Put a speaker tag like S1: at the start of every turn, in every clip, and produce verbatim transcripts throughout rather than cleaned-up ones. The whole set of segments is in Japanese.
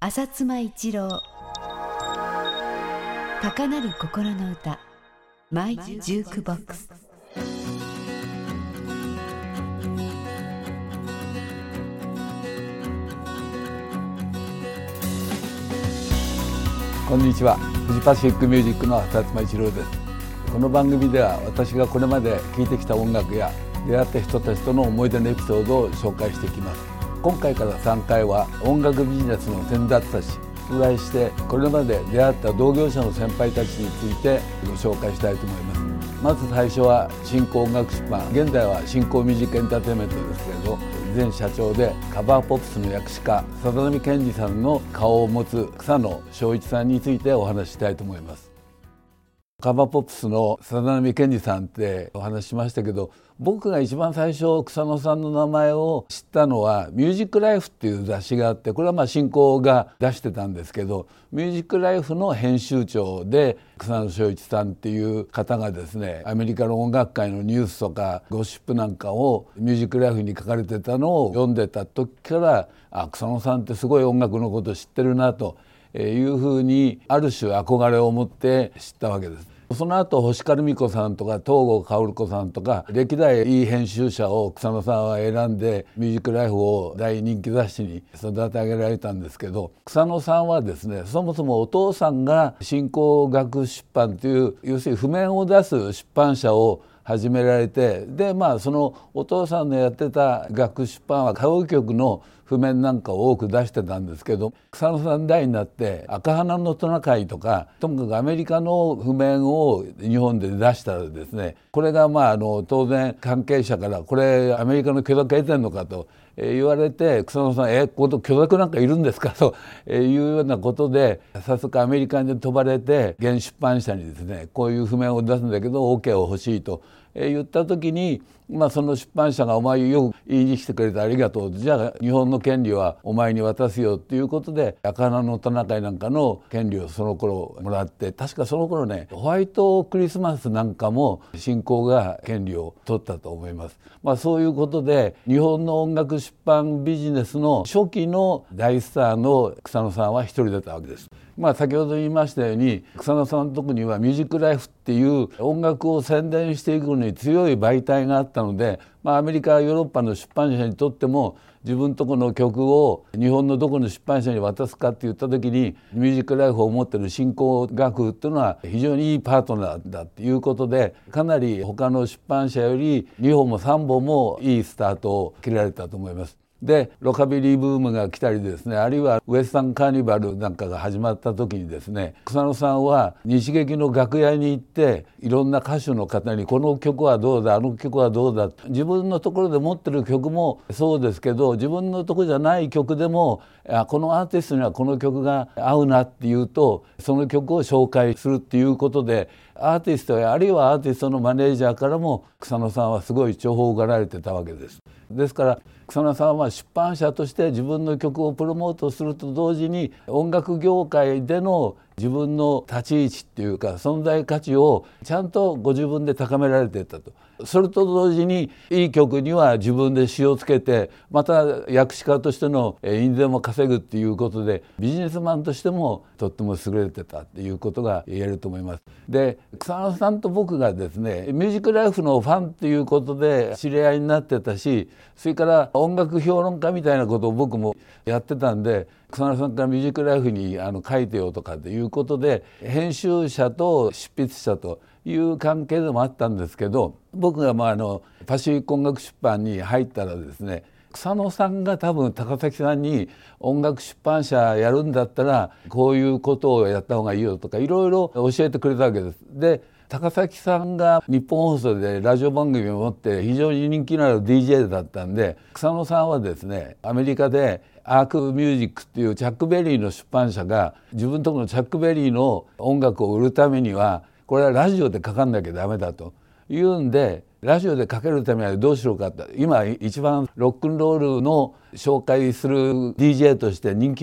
S1: 浅妻一郎高鳴る心の歌マイジュークボックス。
S2: こんにちは。フジパシフィックミュージックの浅妻一郎です。この番組では私がこれまで聴いてきた音楽や出会った人たちとの思い出のエピソードを紹介していきます。今回からさんかいは音楽ビジネスの先達たちと題して、これまで出会った同業者の先輩たちについてご紹介したいと思います。まず最初は新興音楽出版、現在は新興ミュージックエンターテインメントですけれど、前社長でカバーポップスの訳詞家笹波健二さんの顔を持つ草野正一さんについてお話ししたいと思います。カバーポップスの笹波健二さんってお話ししましたけど、僕が一番最初草野さんの名前を知ったのはミュージックライフっていう雑誌があって、これはまあ新興が出してたんですけど、ミュージックライフの編集長で草野正一さんっていう方がですね、アメリカの音楽界のニュースとかゴシップなんかをミュージックライフに書かれてたのを読んでた時から、あ、草野さんってすごい音楽のこと知ってるなというふうにある種憧れを持って知ったわけです。その後星軽美子さんとか東郷薫子さんとか歴代いい編集者を草野さんは選んでミュージックライフを大人気雑誌に育て上げられたんですけど、草野さんはですね、そもそもお父さんが新興学出版という要するに譜面を出す出版社を始められて、でまあそのお父さんのやってた学出版は歌謡曲の譜面なんかを多く出してたんですけど、草野さん代になって赤花のトナカイとか、ともかくアメリカの譜面を日本で出したらですね、これがまああの当然関係者からこれアメリカの許諾得てんのかと言われて、草野さん「えこの許諾なんかいるんですか?」というようなことで早速アメリカに飛ばれて、現出版社にですねこういう譜面を出すんだけど オーケー を欲しいと言った時に、まあ、その出版社が「お前よく言いに来てくれてありがとう、じゃあ日本の権利はお前に渡すよ」っていうことで赤花のトナカイなんかの権利をその頃もらって、確かその頃ねホワイトクリスマスなんかも新興が権利を取ったと思います。まあ、そういうことで日本の音楽出版ビジネスの初期の大スターの草野さんは一人だったわけです。まあ、先ほど言いましたように草野さんのとこにはミュージックライフっていう音楽を宣伝していくのに強い媒体があったので、まあ、アメリカヨーロッパの出版社にとっても自分とこの曲を日本のどこの出版社に渡すかって言った時にミュージックライフを持ってる新興学っていうのは非常にいいパートナーだっていうことで、かなり他の出版社よりにほんもさんぼんもいいスタートを切られたと思います。でロカビリーブームが来たりですね、あるいはウエスタンカーニバルなんかが始まった時にですね、草野さんは日劇の楽屋に行っていろんな歌手の方にこの曲はどうだあの曲はどうだ、自分のところで持ってる曲もそうですけど自分のところじゃない曲でもこのアーティストにはこの曲が合うなっていうとその曲を紹介するっていうことで、アーティストやあるいはアーティストのマネージャーからも草野さんはすごい重宝がられてたわけです。ですから草野さんは出版社として自分の曲をプロモートすると同時に音楽業界での自分の立ち位置っていうか存在価値をちゃんとご自分で高められていったと。それと同時にいい曲には自分で詞をつけて、また訳詞家としての印税も稼ぐっていうことでビジネスマンとしてもとっても優れてたっていうことが言えると思います。で草野さんと僕がですねミュージックライフのファンっていうことで知り合いになってたし、それから音楽評論家みたいなことを僕もやってたんで、草野さんからミュージックライフにあの書いてよとかということで編集者と執筆者という関係でもあったんですけど、僕がまああのパシフィック音楽出版に入ったらですね、草野さんが多分高崎さんに音楽出版社やるんだったらこういうことをやった方がいいよとかいろいろ教えてくれたわけです。で高崎さんが日本放送でラジオ番組を持って非常に人気のある ディージェー だったんで、草野さんはですねアメリカでアークミュージックっていうチャック・ベリーの出版社が自分のところのチャック・ベリーの音楽を売るためにはこれはラジオでかかんなきゃダメだというんで、ラジオでかけるためにはどうしようかって、今一番ロックンロールの紹介する ディージェー として人気の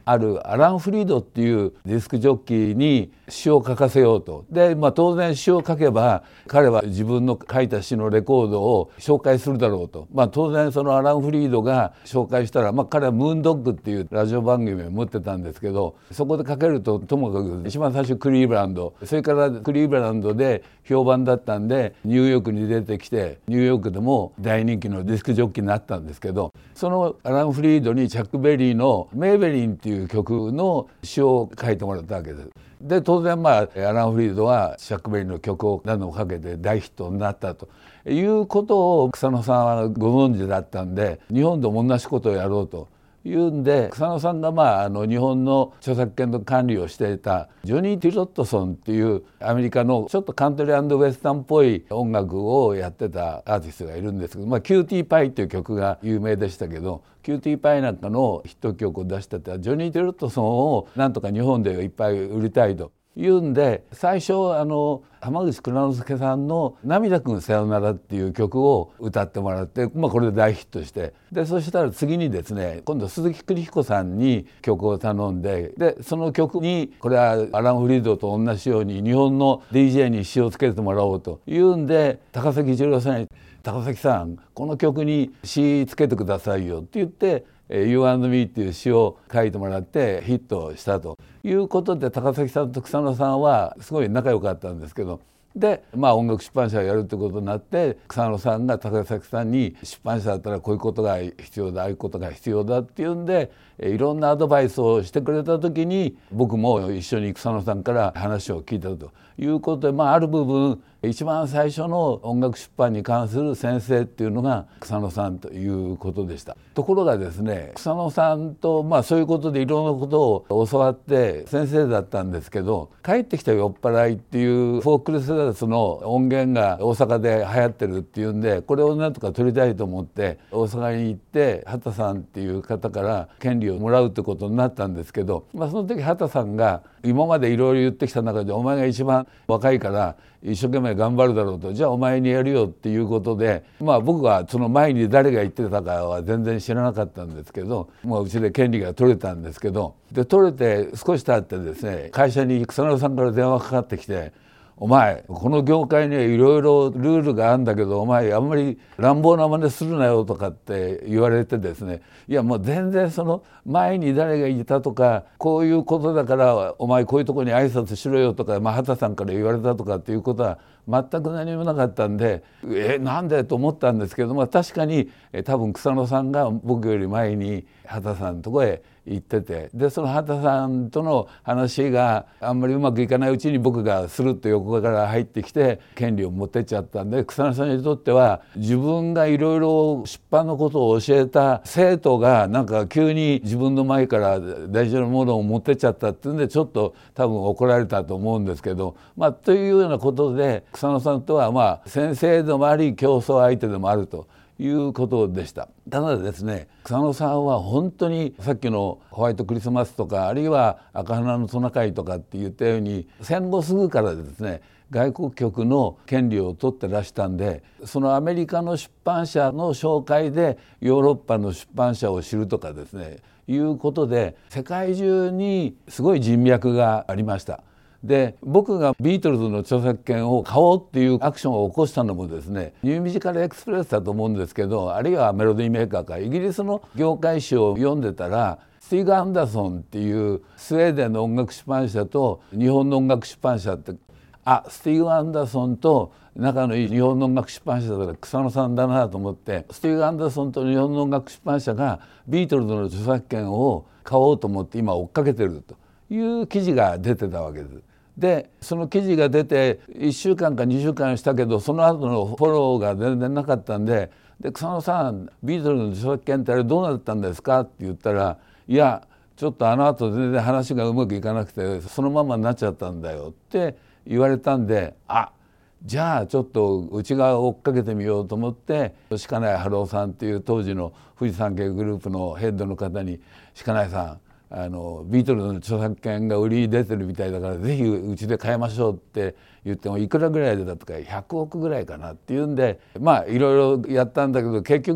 S2: あるアラン・フリードっていうディスクジョッキーに詩を書かせようと。で、まあ、当然詩を書けば彼は自分の書いた詩のレコードを紹介するだろうと。まあ、当然そのアラン・フリードが紹介したら、まあ、彼はムーンドッグっていうラジオ番組を持ってたんですけど、そこで書けるとともかく一番最初クリーブランド、それからクリーブランドで評判だったんでニューヨークに出てきて、ニューヨークでも大人気のディスクジョッキーになったんですけど、そのアラン・フリードにチャック・ベリーのメイベリンっていう曲の詩を書いてもらったわけです。で、当然まあアラン・フリードはチャック・ベリーの曲を何度もかけて大ヒットになったということを草野さんはご存知だったんで、日本でも同じことをやろうというんで、草野さんがまああの日本の著作権の管理をしていたジョニー・ティロットソンっていうアメリカのちょっとカントリー&ウェスタンっぽい音楽をやってたアーティストがいるんですけど、まあ、キューティーパイっていう曲が有名でしたけど、キューティーパイなんかのヒット曲を出してたジョニー・ティロットソンをなんとか日本でいっぱい売りたいというんで、最初あの浜口蔵之介さんの「涙くんさよなら」っていう曲を歌ってもらって、まあ、これで大ヒットして、でそしたら次にですね、今度鈴木邦彦さんに曲を頼んで、でその曲にこれはアラン・フリードと同じように日本の ディージェー に詞をつけてもらおうというんで、高崎一郎さんに「高崎さんこの曲に詞つけてくださいよ」って言って「You and Me」っていう詩を書いてもらってヒットしたということで、高崎さんと草野さんはすごい仲良かったんですけど、でまあ音楽出版社をやるってことになって、草野さんが高崎さんに出版社だったらこういうことが必要だ、ああいうことが必要だっていうんでいろんなアドバイスをしてくれた時に、僕も一緒に草野さんから話を聞いたということで、まあある部分一番最初の音楽出版に関する先生っていうのが草野さんということでした。ところがですね、草野さんとまあそういうことでいろんなことを教わって先生だったんですけど、帰ってきた酔っ払いっていうフォークルセダスの音源が大阪で流行ってるっていうんで、これをなんとか取りたいと思って大阪に行って畑さんっていう方から権利をもらうってことになったんですけど、まあ、その時畑さんが今までいろいろ言ってきた中でお前が一番若いから一生懸命頑張るだろうと、じゃあお前にやるよっていうことで、まあ僕はその前に誰が言ってたかは全然知らなかったんですけど、もううちで権利が取れたんですけど、で取れて少し経ってですね、会社に草野さんから電話かかってきて、お前この業界にはいろいろルールがあるんだけど、お前あんまり乱暴な真似するなよとかって言われてですね、いやもう全然その前に誰がいたとか、こういうことだからお前こういうとこに挨拶しろよとか、まあ、畑さんから言われたとかっていうことは全く何もなかったんで、えなんでと思ったんですけど、まあ、確かに多分草野さんが僕より前に畑さんのとこへ行ってて、でその畑さんとの話があんまりうまくいかないうちに僕がスルッと横から入ってきて権利を持ってっちゃったんで、草野さんにとっては自分がいろいろ出版のことを教えた生徒がなんか急に自分の前から大事なものを持ってっちゃったっていうんで、ちょっと多分怒られたと思うんですけど、まあというようなことで草野さんとはまあ先生でもあり競争相手でもあるということでした。ただですね、草野さんは本当にさっきのホワイトクリスマスとか、あるいは赤花のトナカイとかって言ったように戦後すぐからですね、外国局の権利を取ってらしたんで、そのアメリカの出版社の紹介でヨーロッパの出版社を知るとかですねいうことで、世界中にすごい人脈がありました。で僕がビートルズの著作権を買おうっていうアクションを起こしたのもですね、ニューミュージカルエクスプレスだと思うんですけど、あるいはメロディーメーカーかイギリスの業界誌を読んでたら、スティーグ・アンダーソンっていうスウェーデンの音楽出版社と日本の音楽出版社って、あスティーグ・アンダーソンと仲のいい日本の音楽出版社だから草野さんだなと思って、スティーグ・アンダーソンと日本の音楽出版社がビートルズの著作権を買おうと思って今追っかけてるという記事が出てたわけです。でその記事が出ていっしゅうかんかにしゅうかんしたけど、その後のフォローが全然なかったんで、で草野さんビートルズの著作権ってあれどうなったんですかって言ったら、いやちょっとあの後全然話がうまくいかなくてそのままになっちゃったんだよって言われたんで、あじゃあちょっとうちが追っかけてみようと思って、鹿内春夫さんっていう当時の富士山系グループのヘッドの方に、鹿内さんあのビートルズの著作権が売りに出てるみたいだからぜひうちで買いましょうって言っても、いくらぐらいでだとかひゃくおくぐらいかなっていうんで、まあいろいろやったんだけど結局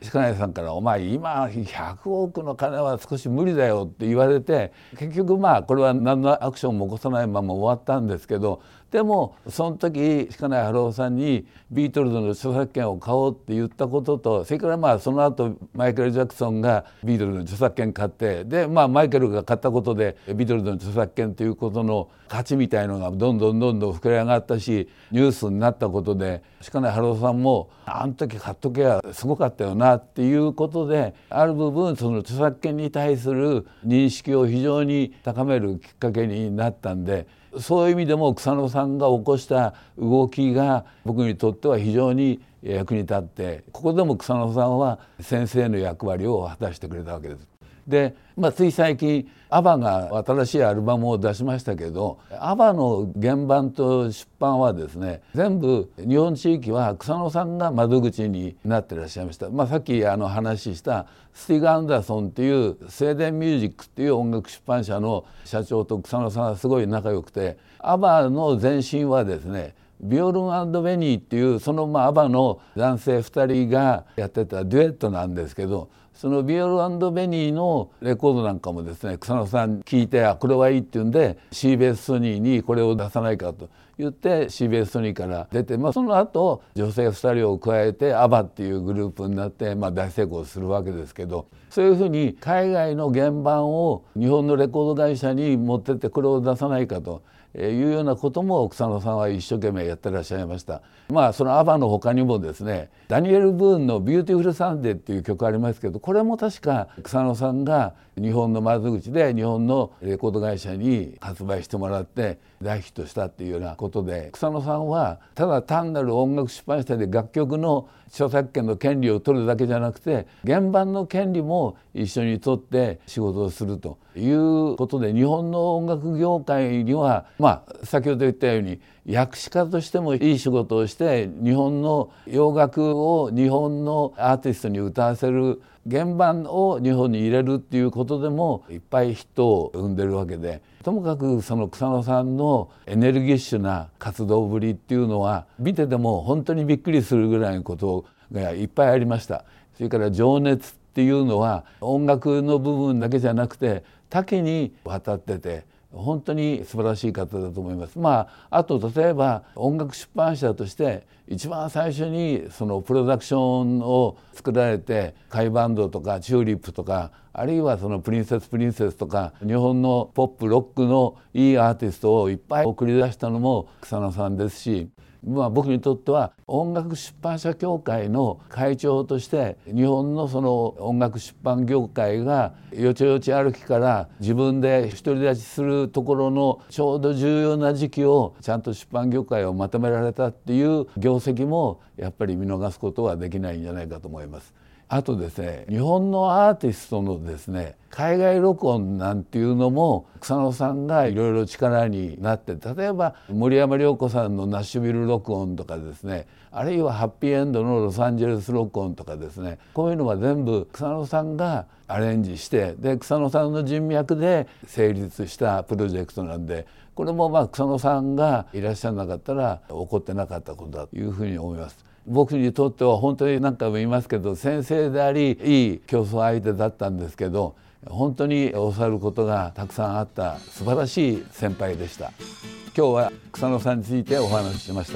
S2: 鹿内さんから「お前今ひゃくおくの金は少し無理だよ」って言われて、結局まあこれは何のアクションも起こさないまま終わったんですけど、でもその時鹿内春夫さんにビートルズの著作権を買おうって言ったことと、それからまあその後マイケル・ジャクソンがビートルズの著作権買って、でまあマイケルが買ったことでビートルズの著作権ということの価値みたいのがどんどんどんどん膨れ上がったし、ニュースになったことで鹿内春夫さんもあの時買っとけばすごかったよなっていうことで、ある部分その著作権に対する認識を非常に高めるきっかけになったんで、そういう意味でも草野さんが起こした動きが僕にとっては非常に役に立って、ここでも草野さんは先生の役割を果たしてくれたわけです。で、まあ、つい最近アバが新しいアルバムを出しましたけど、アバの原版と出版はですね、全部日本地域は草野さんが窓口になってらっしゃいました。まあ、さっきあの話したスティーガ・アンダーソンっていうスウェーデンミュージックっていう音楽出版社の社長と草野さんはすごい仲良くて、アバの前身はですねビオルン&ベニーっていうそのまあアバの男性ふたりがやってたデュエットなんですけど、そのビオルン&ベニーのレコードなんかもですね草野さん聞いて、あこれはいいっていうんでシーベースソニーにこれを出さないかと言ってシーベースソニーから出て、まあ、その後女性ふたりを加えてアバっていうグループになって、まあ、大成功するわけですけど、そういうふうに海外の原版を日本のレコード会社に持ってってこれを出さないかというようなことも草野さんは一生懸命やってらっしゃいました。まあそのアバの他にもですねダニエル・ブーンの「ビューティフル・サンデー」っていう曲ありますけど、これも確か草野さんが日本の窓口で日本のレコード会社に発売してもらって大ヒットしたっていうようなことで、草野さんはただ単なる音楽出版社で楽曲の著作権の権利を取るだけじゃなくて原版の権利も一緒に取って仕事をするということで、日本の音楽業界にはまあ先ほど言ったように訳詞家としてもいい仕事をして日本の洋楽を日本のアーティストに歌わせる原版を日本に入れるっていうことでもいっぱいヒットを生んでるわけで、ともかくその草野さんのエネルギッシュな活動ぶりっていうのは見てても本当にびっくりするぐらいのことがいっぱいありました。それから情熱っていうのは音楽の部分だけじゃなくて多岐にわたってて本当に素晴らしい方だと思います。まああと例えば音楽出版社として一番最初にそのプロダクションを作られてカイバンドとかチューリップとかあるいはそのプリンセスプリンセスとか日本のポップロックのいいアーティストをいっぱい送り出したのも草野さんですし、まあ、僕にとっては音楽出版社協会の会長として日本のその音楽出版業界がよちよち歩きから自分で独り立ちするところのちょうど重要な時期をちゃんと出版業界をまとめられたっていう業績もやっぱり見逃すことはできないんじゃないかと思います。あとですね、日本のアーティストのですね海外録音なんていうのも草野さんがいろいろ力になって、例えば森山良子さんのナッシュビル録音とかですね、あるいはハッピーエンドのロサンゼルス録音とかですね、こういうのは全部草野さんがアレンジして、で草野さんの人脈で成立したプロジェクトなんで、これもまあ草野さんがいらっしゃらなかったら起こってなかったことだというふうに思います。僕にとっては本当に何回も言いますけど先生でありいい競争相手だったんですけど、本当に教わることがたくさんあった素晴らしい先輩でした。今日は草野さんについてお話ししました。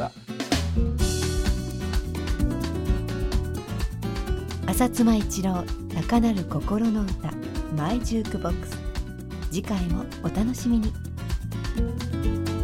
S1: 浅妻一郎高鳴る心の歌マイジュークボックス、次回もお楽しみに。